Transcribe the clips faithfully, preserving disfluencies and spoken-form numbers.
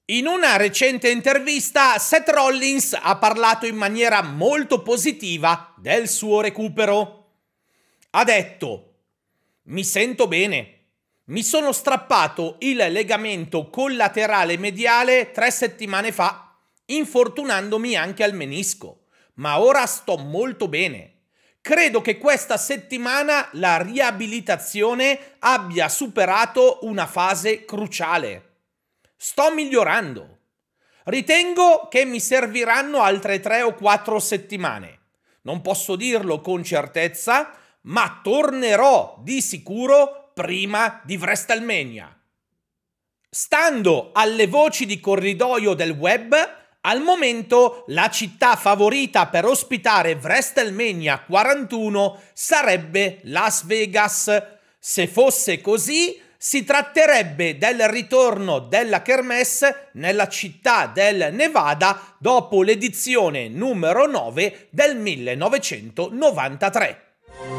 In una recente intervista, Seth Rollins ha parlato in maniera molto positiva del suo recupero. Ha detto: "Mi sento bene. Mi sono strappato il legamento collaterale mediale tre settimane fa, infortunandomi anche al menisco, ma ora sto molto bene. Credo che questa settimana la riabilitazione abbia superato una fase cruciale. Sto migliorando. Ritengo che mi serviranno altre tre o quattro settimane. Non posso dirlo con certezza, ma tornerò di sicuro prima di WrestleMania." Stando alle voci di corridoio del web, al momento la città favorita per ospitare WrestleMania quarantuno sarebbe Las Vegas. Se fosse così, si tratterebbe del ritorno della Kermesse nella città del Nevada dopo l'edizione numero nove del millenovecentonovantatré.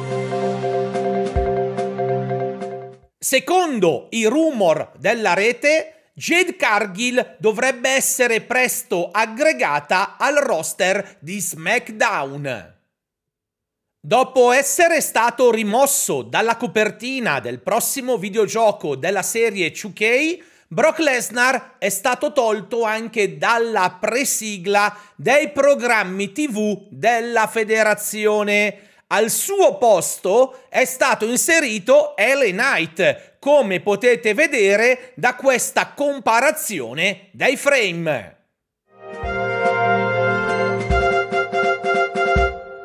Secondo i rumor della rete, Jade Cargill dovrebbe essere presto aggregata al roster di SmackDown. Dopo essere stato rimosso dalla copertina del prossimo videogioco della serie due K, Brock Lesnar è stato tolto anche dalla presigla dei programmi tivù della federazione. Al suo posto è stato inserito L A Knight, come potete vedere da questa comparazione dei frame.